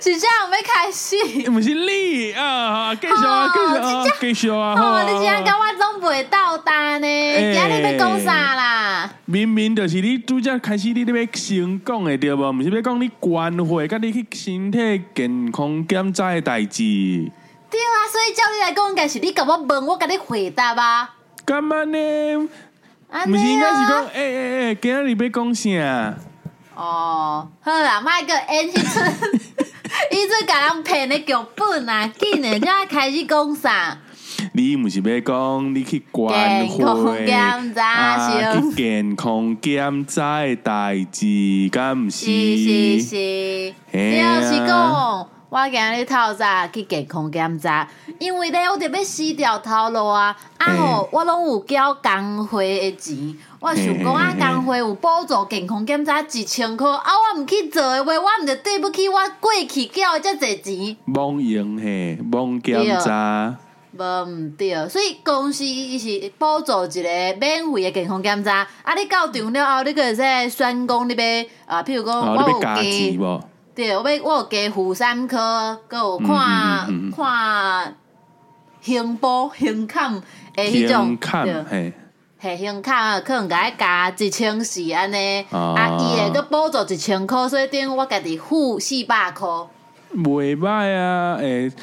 是这样要开始， 不是你啊，继续啊，继续啊，继续啊！ 哦，你这样甲我总袂到单呢？今日要讲啥啦？ 明明就是你拄则开始，你要先讲的对无？毋是要讲你关会，甲你去身体健康检查的代志。 对啊，所以照你来讲，应该是你甲我问，我甲你回答啊。 干嘛呢？ 毋是应该是讲，今日要讲啥？ 哦，好啦，莫个演迄出，伊这甲人骗的剧本啊，紧的，才开始讲啥？ 你毋是要讲你去关会去健康检查的代志，敢毋是？ 是，就是讲。我今日透早去健康检查，因为咧我特别死掉头路啊，我拢有缴工会的钱，我想讲工会有补助健康检查1000块，我毋去做的话，我毋就对不起我过去缴的遮侪钱。 罔用嘿，罔检查。 毋对，所以公司伊是补助一个免费的健康检查，你到场了后，你个会使宣讲你要譬如讲我有加钱无？对，我有加负3科，佮有看胸部、胸坎的迄种，对，胸坎可能甲伊加1400安尼，伊会佮补助1000块，所以等于我家己付400块。 袂歹啊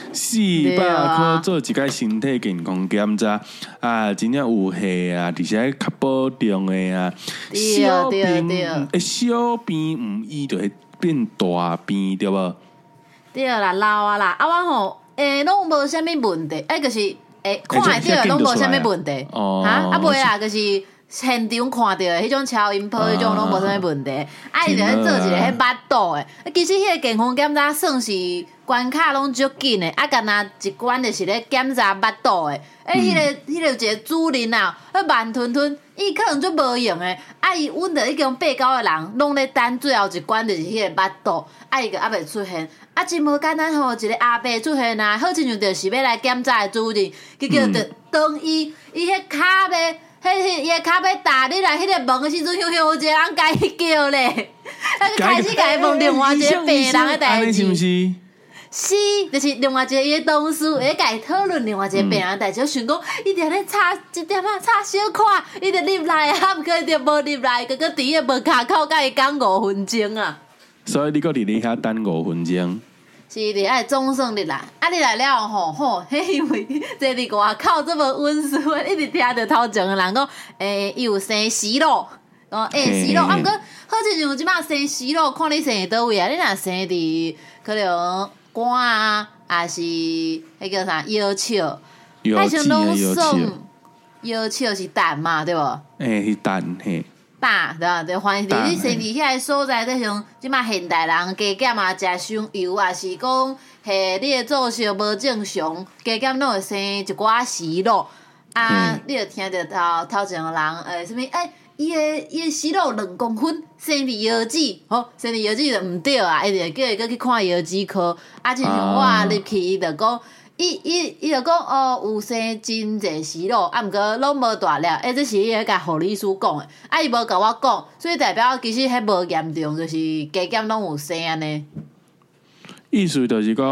，400块做一个身体健康检查真正有效啊，而且较保重的啊。小病毋医就会变大病，对无？对啦，老啊啦，我吼拢无啥物问题，就是看会着拢无啥物问题，袂啦，就是现场看到的迄种超音波，迄种拢无啥物问题。伊就咧做一个迄巴肚的，其实迄个健康检查算是关卡拢足紧的，干那一关就是咧检查巴肚的。迄个一个主任啊，慢吞吞，伊可能足无用的。伊阮着已经8、9个人，拢咧等最后一关，就是迄个巴肚，伊个还袂出现。真无简单吼，一个阿伯出现啊，好亲像就是要来检查的主任，结果着当伊迄骹要。伊个骹要踏入来迄个门的时阵，有一个人甲伊叫咧，开始甲伊问另外一个病人的代志。是，就是另外一个伊的同事会甲伊讨论另外一个病人的代志。我想讲，伊定咧差一点差小看，伊就入来啊，毋过伊就无入来，佮伫迄个门骹口甲伊讲5分钟啊。 所以你搁伫咧遐等5分钟。 是的，总算入来，你来了吼，迄因为坐伫外口这么温顺，一直听着头前的人讲，伊有生息肉，息肉，毋过好亲像即摆生息肉，看你生伫倒位啊？你若生伫可能肝啊，还是迄叫啥腰鞘？ 腰肌啊， 腰鞘是蛋嘛，对无？ 是蛋嘿。 对啊，对，反正你身体遐个所在，就像即马现代人加减啊，食伤油啊，是讲你的作息无正常，加减拢会生一寡息肉你就听着头前个人什么伊的息肉2公分，生伫腰子，生伫腰子就毋对啊，伊就叫伊去看腰子科，就像我入去，伊就讲。伊就讲有生真侪息肉，毋过拢无大粒，这是伊甲护理师讲的，伊无甲我讲，所以代表其实迄无严重，就是加减拢有生安尼。 意思就是讲，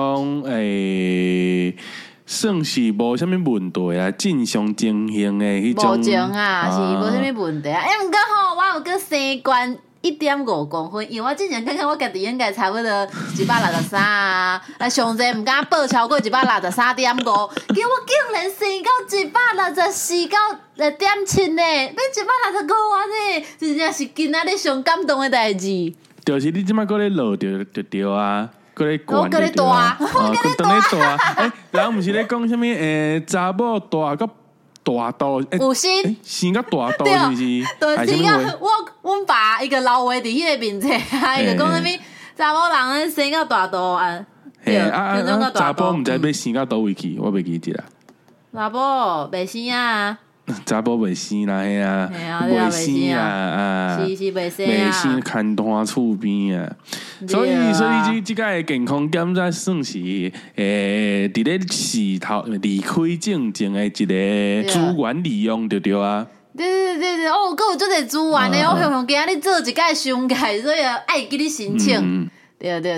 算是无啥物问题啊，正常情形的迄种。 无情啊，是无啥物问题啊。毋过我有搁生关。1.5公分，因为我之前看看我家己应该差不多163啊，上侪毋敢报超过163.5，结果竟然生到164.7呢，要165安尼，真正是今仔日上感动的代志。 就是你即摆搁咧落着就对啊，搁咧管着对啊， 搁咧大，人毋是咧讲啥物查某大个。大肚有心， 生到大肚是毋是？ 对，生到阮爸伊个老话伫迄个面册，伊就讲啥物查某人生到大肚啊。 对，查甫毋知要生到倒位去，我袂记得啦。 查甫袂生啊。 查甫袂生啦，嘿啊， 袂生啊，是袂生啊， 袂生牵拖厝边啊，所以即个健康检查算是伫咧市头离开正正的一个资源利用就对啊。 对，佫有足侪资源的，我常常今日做一届上届，所以爱记你申请。对，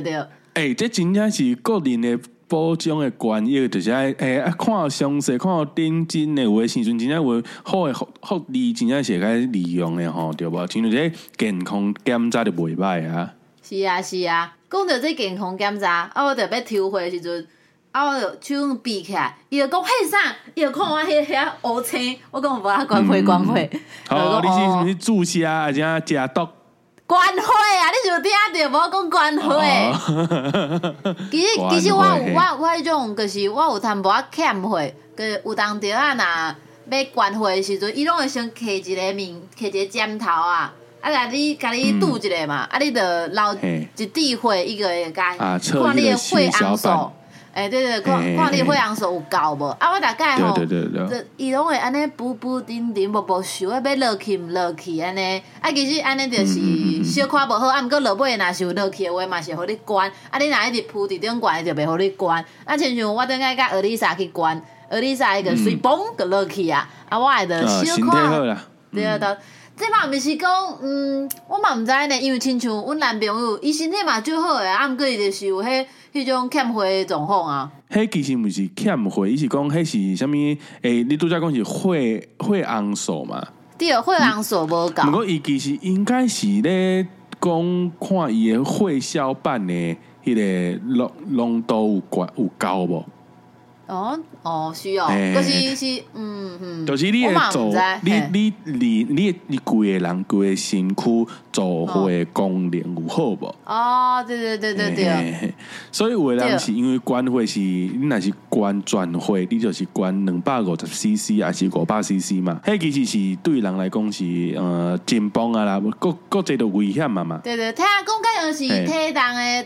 这真正是个人的保障的权益，就是看详细，看认真的有的时阵，真正有好的福利，真正是该利用的吼，对无？像这健康检查就袂歹啊。 是啊是啊，讲到这健康检查，我就要抽血的时阵，我就手闭起来，伊就讲迄啥，伊就看我遐乌青，我讲无啊，关血。 哦，你是注射还是食毒？ 关血啊！你就听到无讲关血？其实我迄种，就是我有淡薄仔欠血，就是有当着啊，若要关血的时阵，伊拢会先揢一个针头啊，甲你拄一下嘛，你就留一滴血，伊个会甲看你的血红素。对，看你血红素有够无？我大概吼，伊拢会安尼补丁想要落去毋落去安尼。其实安尼就是小可无好，毋过落尾若是有落去的话，嘛是互你关。你若一直铺伫顶关，就袂互你关。亲像我顶下甲儿丽莎去关，儿丽莎伊个随嘣就落去啊。我会着小可，对。这嘛毋是讲，我嘛毋知呢，因为亲像阮男朋友，伊身体嘛足好诶，毋过伊就是有迄种欠血诶状况啊。 迄其实毋是欠血，伊是讲迄是啥物？你拄则讲是血红素嘛？ 对，血红素无够。 不过伊其实应该是咧讲看伊诶血小板诶迄个浓度有够无？ 是就是就是你会做，你规个人规个身躯做血功能有好无？ 对。 所以有的人是因为关血是，你若是关全血，你就是关250cc 还是500cc 嘛？迄其实是对人来讲是真棒啊啦，各这都危险嘛。 对，听讲敢像是体重的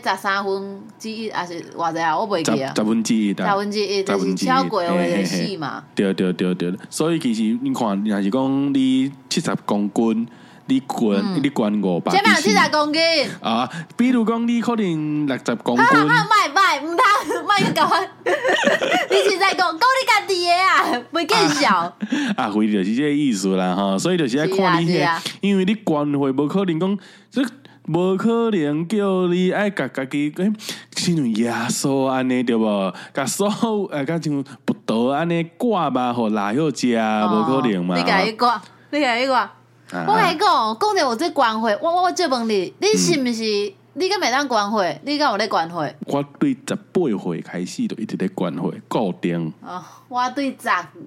1/3还是偌济啊？我袂记啊。1/10，就是超过的就死嘛。 对，所以其实你看，若是讲你70公斤，你关500， 前面有70公斤啊，比如讲你可能60公斤， 唔通卖甲我，你是在讲你家己的啊，袂见笑。 非就是这个意思啦吼，所以就是爱看你因为你关血无可能讲无可能叫你爱家己亲像耶稣安尼对无？甲手甲像不倒安尼挂吧，互拉好食，无可能嘛。 你甲伊挂。我甲你讲到有这关血，我就问你是毋是？你敢袂当关血？你敢有咧关血？ 我对18岁开始就一直咧关血，固定。 我对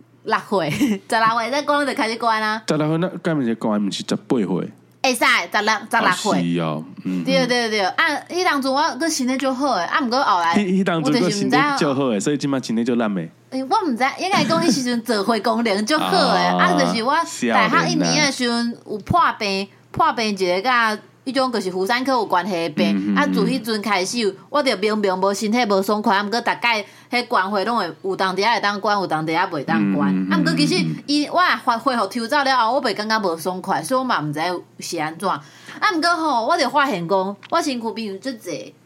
16岁再关就开始关啊。 16岁那敢毋是关？毋是18岁。 会使16岁。 是哦， 对。迄当阵我个身体就好诶，毋过后来迄当阵个身体就好诶，所以即摆身体就烂诶。 我毋知，应该讲迄时阵做血功能就好诶，就是我大学1年诶时阵有破病一个甲迄种就是妇产科有关系的病，自迄阵开始，我就明明无身体无爽快，毋过大概迄关血拢会有当地会当关，有当地也袂当关。毋过其实我恢复抽走了后，我袂感觉无爽快，所以我嘛毋知是安怎。毋过吼，我就发现讲，我身躯边有足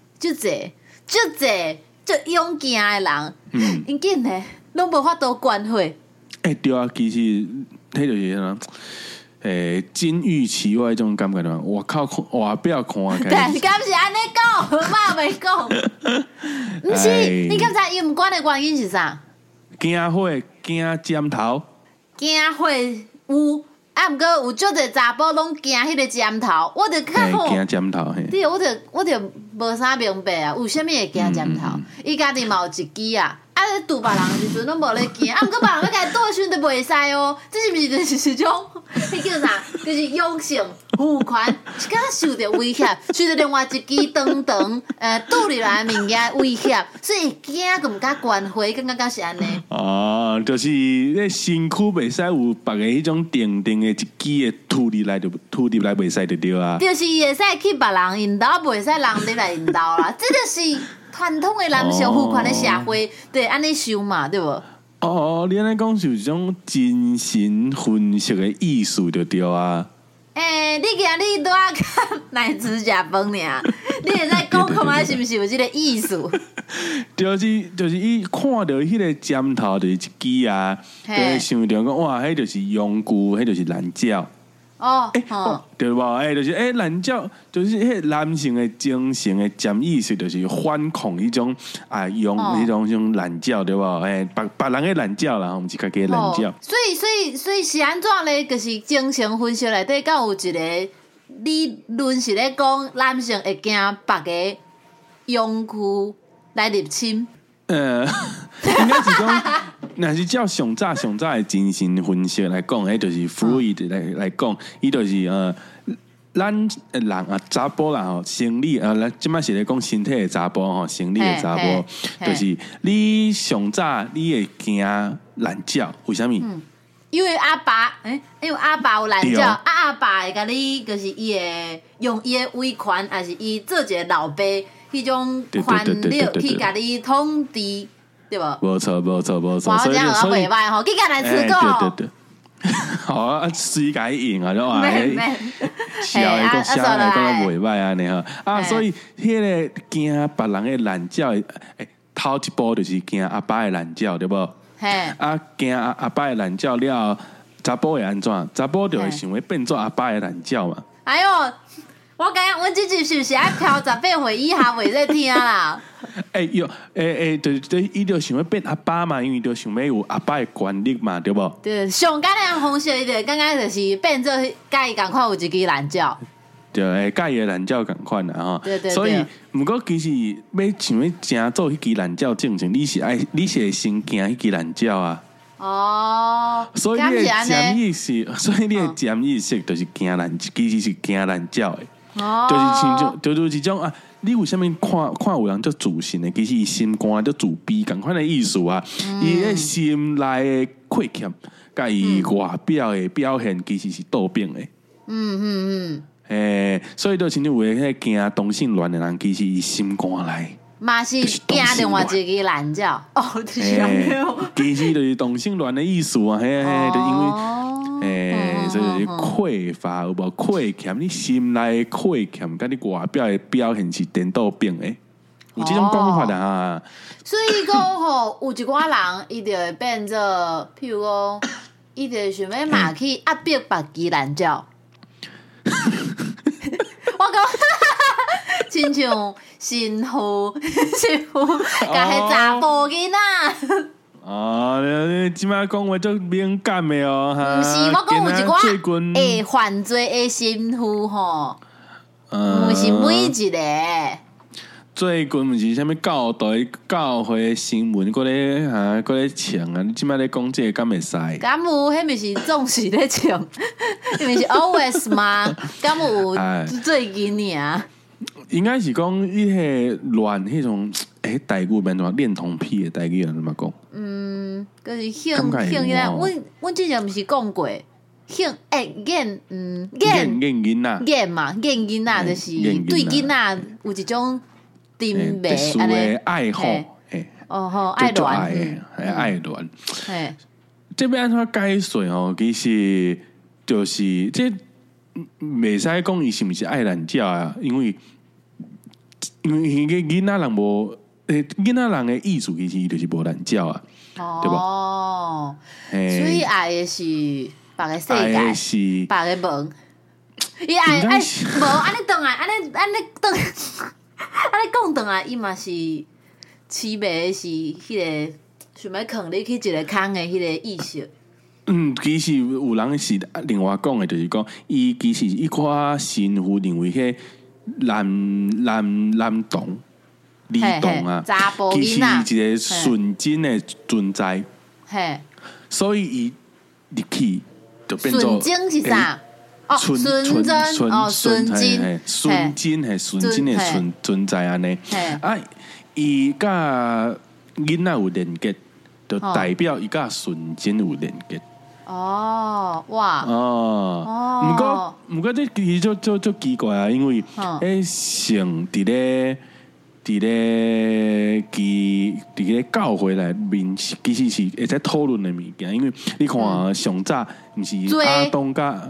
勇健的人，因紧呢拢无法度关血。 对啊，其实迄就是啥？金玉其外，种感觉嘛，我靠，我不要看。 但是敢是安尼讲，嘛袂讲。毋是，你敢知伊毋管的原因是啥？ 惊血，惊尖头。 惊血有，毋过有足侪查甫拢惊迄个尖头，我就较好。 惊尖头嘿。 对，我就无啥明白啊，为虾米会惊尖头？伊家己嘛有一支啊。拄别人的时阵拢无咧惊，毋过别人要甲伊拄的时阵就袂使哦。这是毋是就是种迄叫啥？就是勇性负权，是敢受着威胁，受着另外一支长拄入来的物件威胁，所以惊个毋敢关血，感觉是安尼。 就是咧身躯袂使有别个迄种定的一支的拄入来袂使就对啊。 就是会使去别人引导，袂使人入来引导啦。这就是传统的男性父权的社会，对安尼想嘛，对无？ 你安尼讲是一种精神分析的艺术，就对啊。 你今日拄仔甲奶子食饭尔，你会使讲看卖是毋是有即个意思？ 就是伊看到迄个尖头就是一支啊，就会想着讲哇，迄就是羊骨，迄就是蓝鸟。 对无？就是懒觉，就是迄男性的精神的潜意识，就是反抗迄种用迄种懒觉，对无？别人的懒觉啦，毋是家己的懒觉。 所以是安怎咧？就是精神分析内底，敢有一个理论是咧讲，男性会惊别个用具来入侵。 应该是讲，若是照上早的精神分析来讲，迄就是Freud来讲，伊就是咱人查甫啦吼，生理即摆是咧讲身体的查甫吼，生理的查甫，就是你上早你会惊懒觉，为虾米？ 因为阿爸，因为阿爸有懒觉，阿爸会甲你，就是伊会用伊的威权，还是伊做一个老爸。迄种权力去甲你统治，对无？ 无错。 我讲我袂歹吼，去甲咱吃过。 对。好啊，水改硬啊，就话笑的讲笑的讲袂歹安尼吼所以迄个惊别人的懒觉，头一步就是惊阿爸的懒觉，对无？惊阿爸的懒觉了，查甫会安怎？查甫就会想要变做阿爸的懒觉嘛。 哎呦！我感觉阮这集是不是爱挑18岁以下袂使听啦？ 对，伊就想要变阿爸嘛，因为就想要有阿爸的权力嘛，对无？ 对，上简单的方式，伊就感觉就是变做甲伊共款有一支懒觉。 对，甲伊的懒觉共款啦吼。 对。 所以，毋过其实要想要真做迄支懒觉正经，你是会先惊迄支懒觉啊。所以你的潜意识，就是惊懒，其实是惊懒觉的。就是一种你为什么看有人做自信的？其实伊心肝做自卑，共款的意思啊。伊个心内的亏欠，甲伊外表的表现其实是倒变的。所以就亲像有个惊同性恋的人，其实伊心肝内嘛是惊另外一个懒觉就是其实就是同性恋的意思啊。就因为。所以匮乏有无亏欠？你心内的亏欠，甲你外表的表现是颠倒变的，有这种讲法的所以讲吼，有一寡人伊就会变做，譬如讲，伊就想要嘛去压迫别支懒觉。我讲，亲像神父，甲迄查甫囡仔。 你即摆讲话足敏感的毋是，我讲有一寡会犯罪的神父吼，毋是每一个。 最近毋是啥物教会新闻，搁咧唱啊！你即摆咧讲这个敢会使？ 敢有？迄咪是总是咧唱，迄咪是 always 吗？敢有最近尔？ 应该是讲伊迄乱迄种台语变怎恋童癖的台语安怎么讲？ 就是性啦。阮之前毋是讲过性演囡仔演嘛，演囡仔就是对囡仔有一种甜美安尼爱好爱恋爱恋。这边安怎解释吼？其实就是这袂使讲伊是毋是爱懒觉啊，因为迄个囡仔人无囡仔人的意思，其实就是无懒觉啊，对吧？所以爱的是别个世界，别个梦。伊爱无安尼转来，安尼讲转来，伊嘛是痴迷的是迄个想要囥你去一个坑的迄个意识。 其实有人是另外讲的，就是讲伊其实一寡神父认为迄男童、女童啊，其实是一个纯真的存在，所以伊入去就变做纯真是啥？纯真纯真的存在安尼。伊甲囡仔有连结，就代表伊甲纯真有连结。毋过这其实就奇怪啊，因为像伫咧教会内面，其实是会使讨论的物件，因为你看上早毋是阿东甲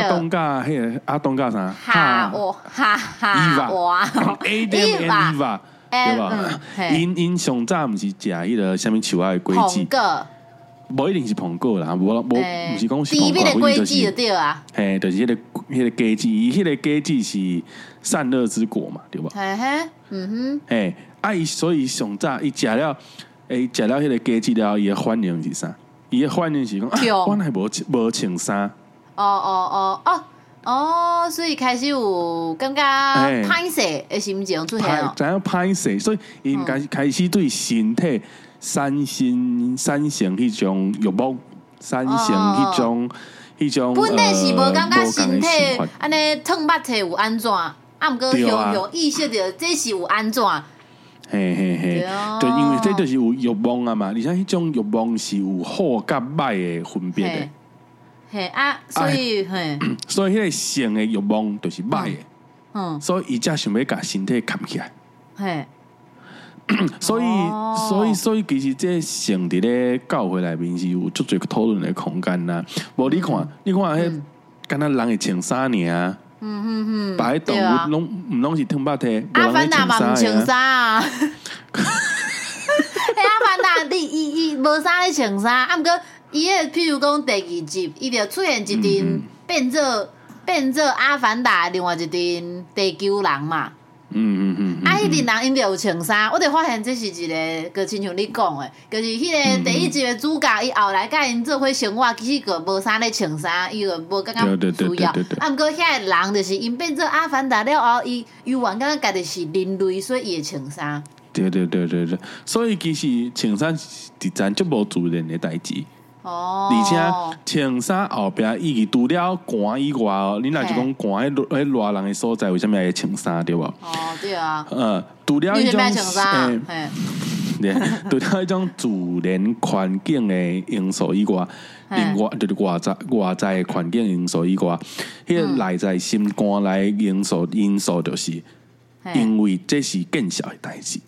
啥？Adam and Eva 对吧？因上早毋是食迄个啥物树仔的果子？ 无一定是苹果啦，无毋是讲是低边的轨迹就对啊， 嘿，就是迄个果子，伊迄个果子是善恶之果嘛，对吧？ 嘿嘿， 嘿，伊所以上早伊食了迄个果子了，伊的反应是啥？伊的反应是讲我乃无穿衫。 所以开始有感觉歹势的心情出现哦， 知影歹势，所以伊开始对身体产生迄种欲望，产生迄种。 本来是无感觉身体安尼烫目体有安怎，毋过用意识到这是有安怎。 嘿，就因为这就是有欲望啊嘛，而且迄种欲望是有好甲歹的分别的。 嘿所以所以迄个性的欲望就是歹的，所以伊才想要甲身体扛起来。 嘿， 所以其实这性伫咧教会内面是有足侪讨论的空间啦。无你看迄敢若人会穿衫尔，别动物拢是烫目体， 阿凡达嘛毋穿衫啊。阿凡达伊无衫咧穿衫，啊毋过。伊个譬如讲第2集，伊就出现一阵变做阿凡达另外一阵地球人嘛。迄阵人因就有穿衫，我就发现这是一个，就亲像你讲的，就是迄个第1集的主角，伊后来甲因做伙生活，其实个无啥咧穿衫，伊就无感觉需要。啊，毋过遐个人就是因变做阿凡达了后，伊原感觉家己是人类，所以伊会穿衫。 对，所以其实穿衫是一件足无自然的代志。而且穿衫后壁意义除了寒以外哦，你若是讲寒喺热人的所在，为什么要穿衫对无？ 对啊。 除了迄种对，除了迄种自然环境的因素以外，另外就是外在的环境因素以外，迄个内在心肝内因素就是因为这是见效的代志。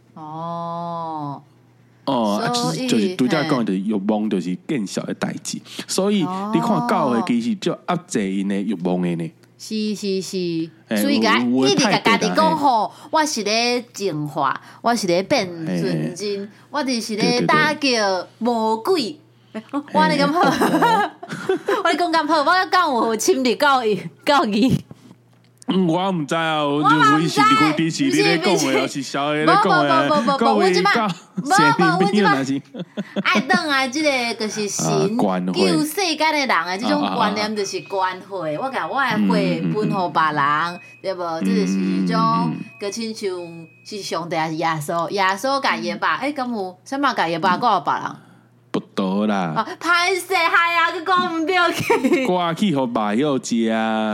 就是拄则讲的欲望，就是见效的代志。所以你看教会其实就压制因的欲望的呢。 是，所以一直甲家己讲吼，我是咧净化，我是咧变纯真，我就是咧打叫魔鬼。我咧咁好，我咧讲咁好，我讲有侵入教义。 我毋知啊，我就为是你是你咧讲的，还是小的咧讲的？ 我即摆，我即摆是爱转来即个就是神救世间的人的即种观念，就是关会。我甲我的会分互别人，对无？这就是一种，个亲像是上帝还是耶稣？耶稣甲伊吧？敢有啥物甲伊吧？还有别人？ 不多啦。 歹势害啊！佮讲毋对去。 挂去互麻药食。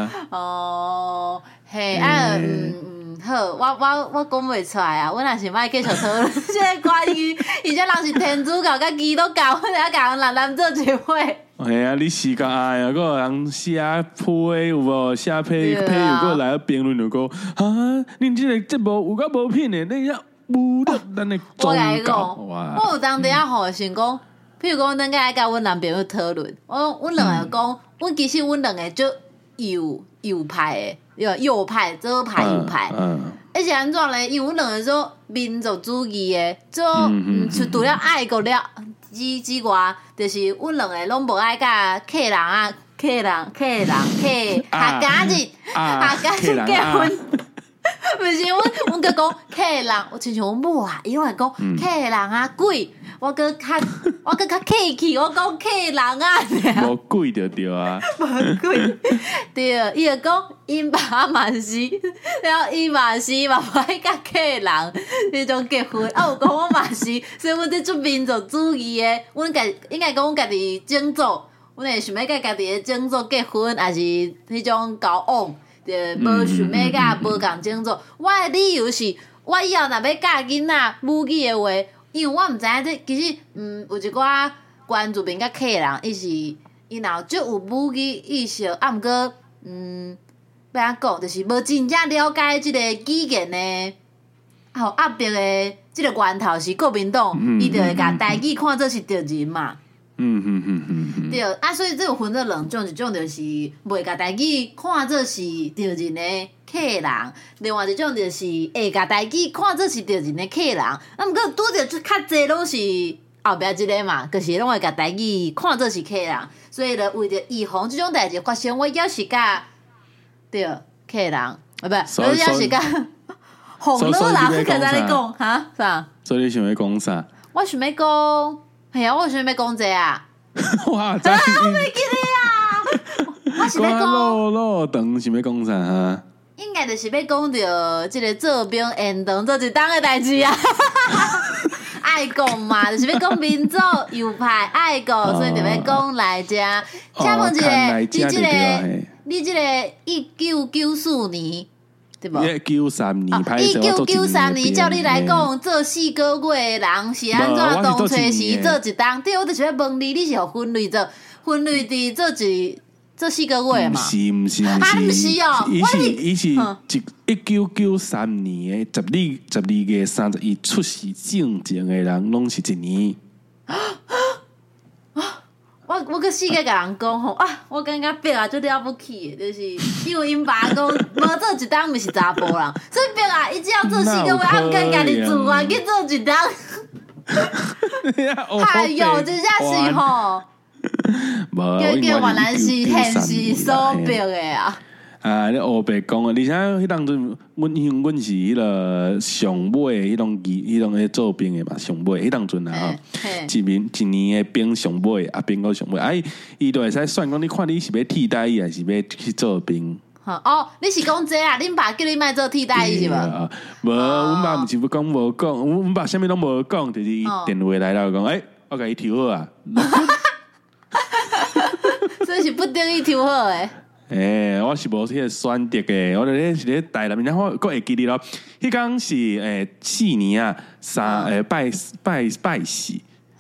嘿，好，我讲袂出来啊！我若是莫继续讨论即个关于，而且人是天主教甲基督教，我俩甲人男做一伙。 嘿啊，你时间哎呀，有人写批有无？写批有个来评论就讲恁即个节目有够无品的，你遐侮辱咱的宗教。 我有当地啊，好想讲，譬如讲，咱甲甲阮男朋友讨论，阮两个讲，阮其实阮两个就右派的，右派、左派、右派，而且安怎咧？因为阮两个做民族主义的，做就除了爱国了之外，就是阮两个拢无爱甲客家人结婚。不是阮个讲客人，我亲像阮母啊，伊拢会讲客人啊贵，我较客气，我讲客人啊， 无贵就对啊， 无贵对，伊就讲因爸嘛是，然后伊嘛是嘛无爱甲客人迄种结婚，有讲我嘛是，所以阮这做民族主义的，阮应该讲阮家己种族，阮会想要甲家己的种族结婚，还是迄种交往。就无想要甲无共种族，我的理由是，我以后若要教囡仔母语的话，因为我毋知影这其实有一寡原住民甲客人，伊若足有母语意识，啊毋过要安讲，就是无真正了解即个语言的，压迫的即个源头是国民党，伊就会甲台语看做是敌人嘛。对啊，所以这有分做两种，一种就是袂甲台语看做是敌人的客人，另外一种就是会甲台语看做是敌人的客人。啊，毋过拄着较济拢是后壁即个嘛，就是拢会甲台语看做是客人，所以咧为着预防即种代志发生，我要是甲对客人，不，我要是甲红乐啦，去甲咱咧讲哈啥？ 所以你想要讲啥？ 我想要讲，系啊，我想要讲者啊。 哇，真我袂记得啊！我是要讲路长是要讲啥哈？ 应该就是要讲着即个做兵延长做一档的代志啊！爱国嘛，就是要讲民主右派爱国，所以就要讲来遮。请问一个，你即个1994年对无 ？1993年拍摄 ，1993年照你来讲，做4个月的人是安怎当初时做一档？对，我就是要问你，你是互分类伫做4个月嘛？ 毋是哦， 伊是1993年的12月31出世正经的人，拢是一年。 我搁4个甲人讲吼啊，我感觉别啊最了不起的，就是因为因爸讲无做一档，毋是查甫人，所以别啊，伊只要做4个月，啊，毋敢家己自愿去做一档。哎哟，真正是吼，叫原来是现实所逼的啊！ 啊，你黑白讲啊！而且迄当阵，阮是迄个上尾迄种咧做兵的嘛，上尾迄当阵啊吼，一年的兵上尾，啊兵到上尾，啊伊就会使算讲，你看你是要替代役还是要去做兵？ 哦，你是讲这啊？恁爸叫你莫做替代役是无？ 无，阮爸毋是要讲无讲，阮爸啥物拢无讲，就是伊电话来了讲，我甲伊抽好啊。 所以是不得已抽好诶。 我是无迄个选择的，我咧是咧台南面，我会记得咯。迄工是4年啊，拜四，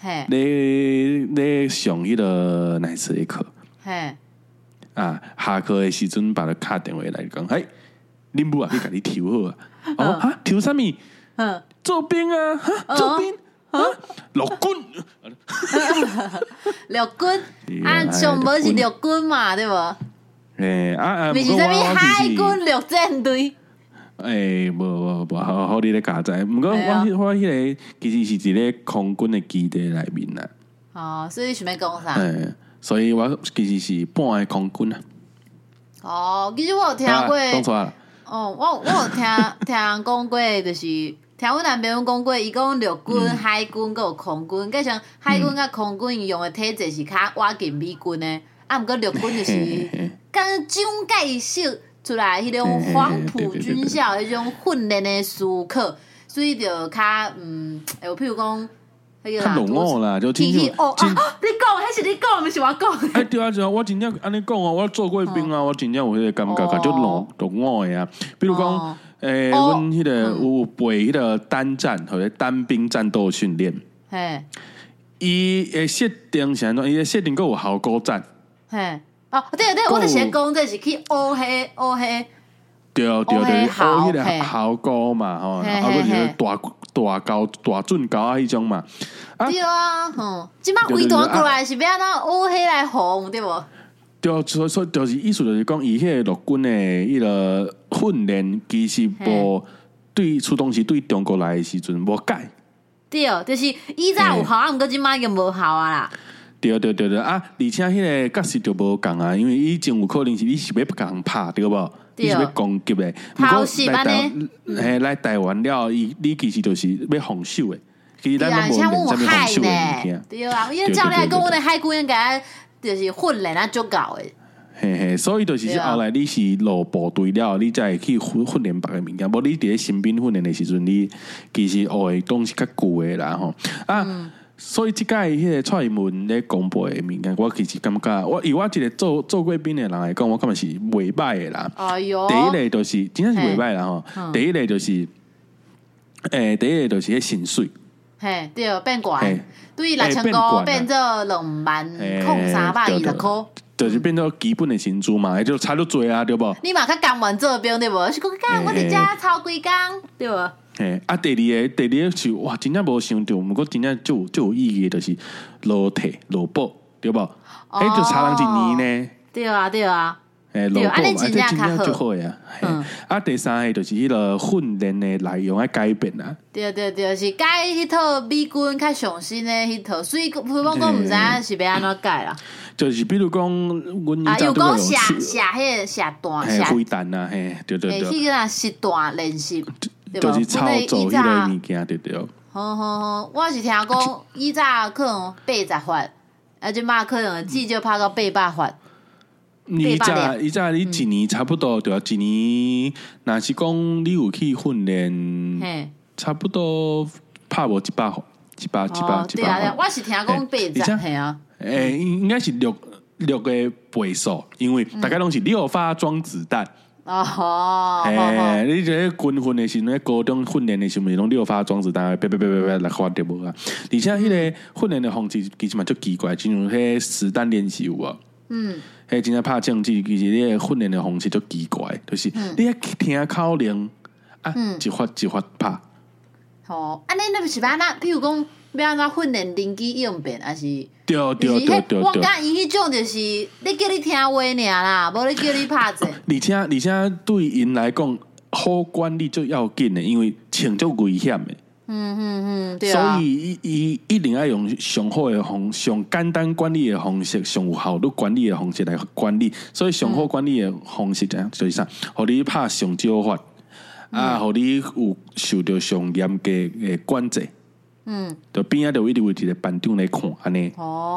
咧上迄个哪次的课？下课的时阵，把他打电话来讲，恁母啊，你甲你抽好啊？抽啥物？做兵啊？做兵？陆军？ 陆军啊，上无是陆军嘛，对无？你是啥物海军陆战队？ 无，好你咧加载。毋过我迄个其实是一个空军的基地内面啦。 哦，所以你想要讲啥？ 所以我其实是半个空军啊。 哦，其实我有听过。 讲错啦。 我有听人讲过，就是听阮男朋友讲过，伊讲陆军、海军佮有空军，加上海军甲空军伊用的体制是较瓦近美军的，毋过陆军就是。跟蒋介石出来迄种黄埔军校迄种训练的术课，所以就较有譬如讲迄个较落伍啦，就你讲，迄是你讲，毋是我讲。 对啊，我真正安尼讲啊，我做过兵啊，我真正有迄个感觉，就落伍的啊。比如讲，阮迄个有背迄个单战或者单兵战斗训练，伊的设定是安怎？伊的设定佫有效果战。 对，我就是讲这是去乌黑， 对，就是迄个效果嘛，吼，就是大高大准高啊，迄种嘛。 对啊，即摆飞弹过来是要安怎乌黑来防，对无？ 对，所以就是意思就是讲，伊迄个陆军的迄个训练，其实无对出动时对中国来的时阵无改。 对，就是以前有效，毋过即摆已经无效啊啦。 对啊！而且迄个角色就无共啊，因为以前有可能是你是要甲人拍，对无？你是要攻击的。 偷袭安尼？ 来台湾了，你其实就是要防守的。其实咱拢无练什么防守的物件。 对啊，因为照你来讲，阮的海军应该就是训练啊足够的。所以就是后来你是落部队了，你才会去训练别个物件。无你伫咧新兵训练的时阵，你其实学的东西较久的啦吼所以即届迄个蔡英文咧公布的物件，我其实感觉以我一个做过兵的人来讲，我感觉是袂歹的啦。第一类就是真正是袂歹啦吼。第一类就是迄薪水。 对，变悬，对6500变做20320块。 就是变做基本的薪资嘛，就差得多啊，对不？ 你嘛较甘愿做兵对不？是讲我伫遮操几工，对不？ 第二是哇，真正无想到，不过真正就有意义的，就是劳退劳保，对不？就差人一年呢。 对啊。 logo 嘛， 这真正就好呀。第三个就是迄个训练的内容要改变啊。 对，是改迄套美军较上新的迄套，所以比如讲，毋知影是要安怎改啦。 就是比如讲，阮有讲写段， 飞弹啊，对。 迄个实弹练习， 就是操作迄个物件，对。 好，我是听讲以早可能80发，即马可能至少拍到800发。 以早你一年差不多对啊，一年若是讲你有去训练，差不多拍无100发，100。 对啊，我是听讲80，系啊。 应该是6个倍数，因为大概拢是6发装子弹。你这军训的时阵，高中训练的时阵，拢6发装子弹，别来发对无啊？而且迄个训练的方式其实嘛足奇怪，就像迄实弹练习有啊。迄真正拍政治，其实你个训练的方式足奇怪，就是你要听口令一发拍。 安尼那是安那？譬如讲，要安怎训练灵机应变，还是？ 对。我感伊迄种就是你叫你听话尔啦，无你叫你拍者。 而且对因来讲，好管理最要紧的，因为穿足危险的。 对啊。 所以伊一定要用上好的上简单管理的方式，上有效率管理的方式来管理。所以上好管理的方式就是啥？互你拍上少发，互你有受到上严格的管制。就边仔就一直有一个班长来看安尼。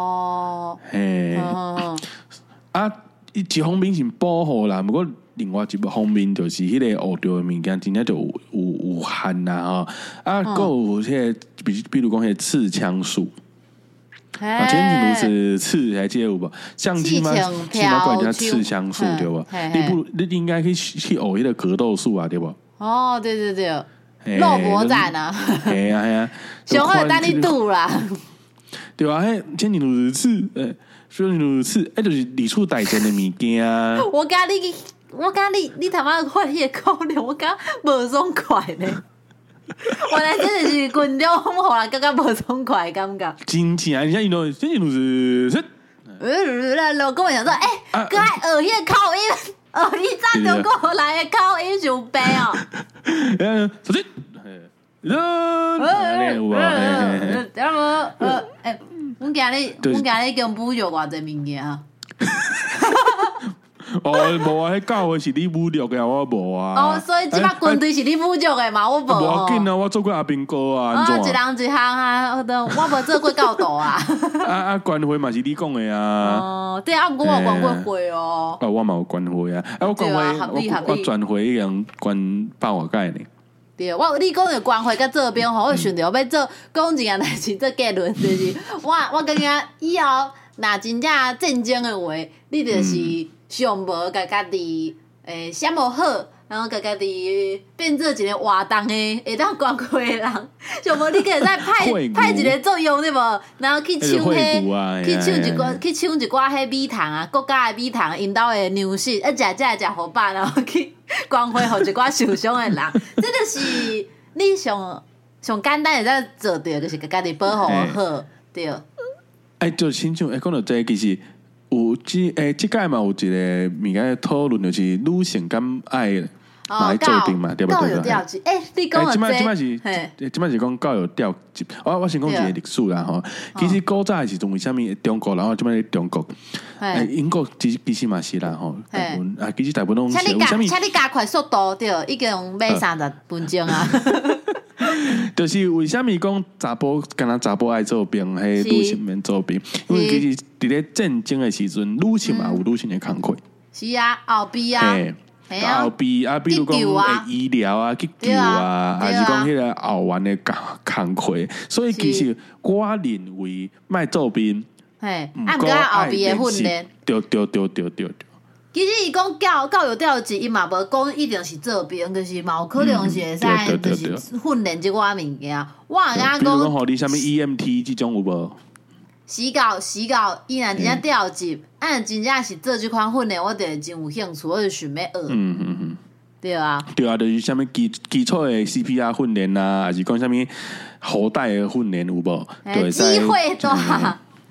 一方面是保护啦，不过另外一方面就是迄个学到的物件，真正就有限啦还有迄个比如讲迄个刺枪术。前几如是刺还记得有无？相机吗？起码管人家刺枪术对无？你应该去学迄个格斗术啊，对无？ 对。肉搏战啊！ 系啊， 上好等你赌啦。 对啊，前几如刺，所以如刺，就是理出代战的物件啊。 我讲你他妈发迄个口令，我讲无爽快呢。原来真的是群众互人感觉无爽快的感觉。 真正，而且因为前几如是， 老公想说，哥爱学迄个口音。你早中国来的口音就白哦。 首先， 阮今日跟侮辱偌济物件啊！ 无啊，迄教的是你侮辱的，我无啊。 所以即摆军队是你侮辱的嘛，我无。无要紧啊，我做过阿兵哥啊。 一人一项啊，我无做过教导啊。 关会嘛是你讲的啊。 对啊，我有关过会哦。 我嘛有关会啊，我关会，我转会一样关8外届呢。 对，你讲的关会甲做兵吼，我想着要做讲一件代志做结论，就是我感觉以后若真正战争的话，你就是上无甲家己啥无好，然后甲家己变做一个活动的会当关会的人，上无你可以再派一个作用对无？然后去抢去抢一寡迄米糖啊，国家的米糖，因兜的粮食，食好饱，然后去关会互一寡受伤的人，这就是你上简单会使做到，就是甲家己保护好，对。 就亲像讲到这其实。有即届嘛有一个物件讨论，就是女性敢爱来做兵嘛，对不对？ 你讲即摆是讲教育调级。我先讲一个历史啦吼。其实古早的时阵为虾米中国，然后即摆中国，英国其实嘛是啦吼。其实大部分拢是为虾米？ 请你加快速度对，已经买30分钟啊。 就是为虾米讲查甫敢若查甫爱做兵，迄女性免做兵？因为其实伫咧战争的时阵，女性嘛有女性的工课。 是啊，后边啊， 后边比如讲医疗啊、去救啊，还是讲迄个后援的工课。所以其实我认为卖做兵， 毋过后边的训练， 对。 其实伊讲教育调级，伊嘛无讲一定是做兵，就是嘛有可能是会使，就是训练即寡物件。我刚刚讲，比如讲，互你啥物 EMT 即种有无？ 死到，伊若真正调级，真正是做即款训练，我就真有兴趣，我就想要学。对啊， 就是啥物基础的 CPR 训练啊，还是讲啥物后代的训练有无？ 机会大。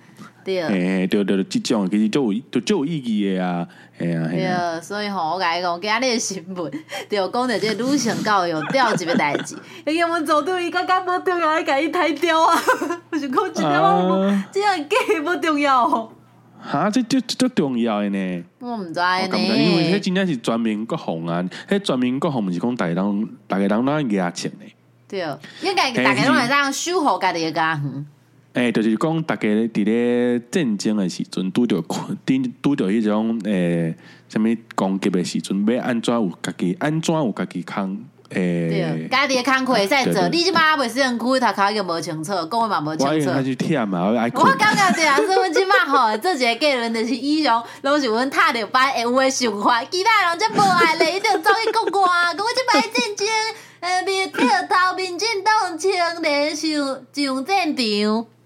对，即种其实就有意义的啊， 对，所以吼，我甲你讲，今日新闻就讲着这女性教育调级的代志，因为阮组长伊感觉无重要，伊甲伊抬掉啊，我想讲，这样假无重要哦。 哈，这重要的呢。 我毋知呢， 因为迄真正是全民国防啊，迄全民国防毋是讲大家人拢压钱的。对， 应该大家拢会当守护家己的家园。 就是讲大家伫咧战争的时阵，拄着迄种什么攻击的时阵，要安怎有家己空。 对，家己的工课会使做，你即摆袂使人区头壳又无清楚，讲话嘛无清楚。 我开始忝嘛，我感觉对啊，所以阮即摆吼做一个结论，就是以上拢是阮踏着摆会有的想法，其他人则无爱咧，伊就走去国外，讲我即摆战争，面跳头民进党青年上战场。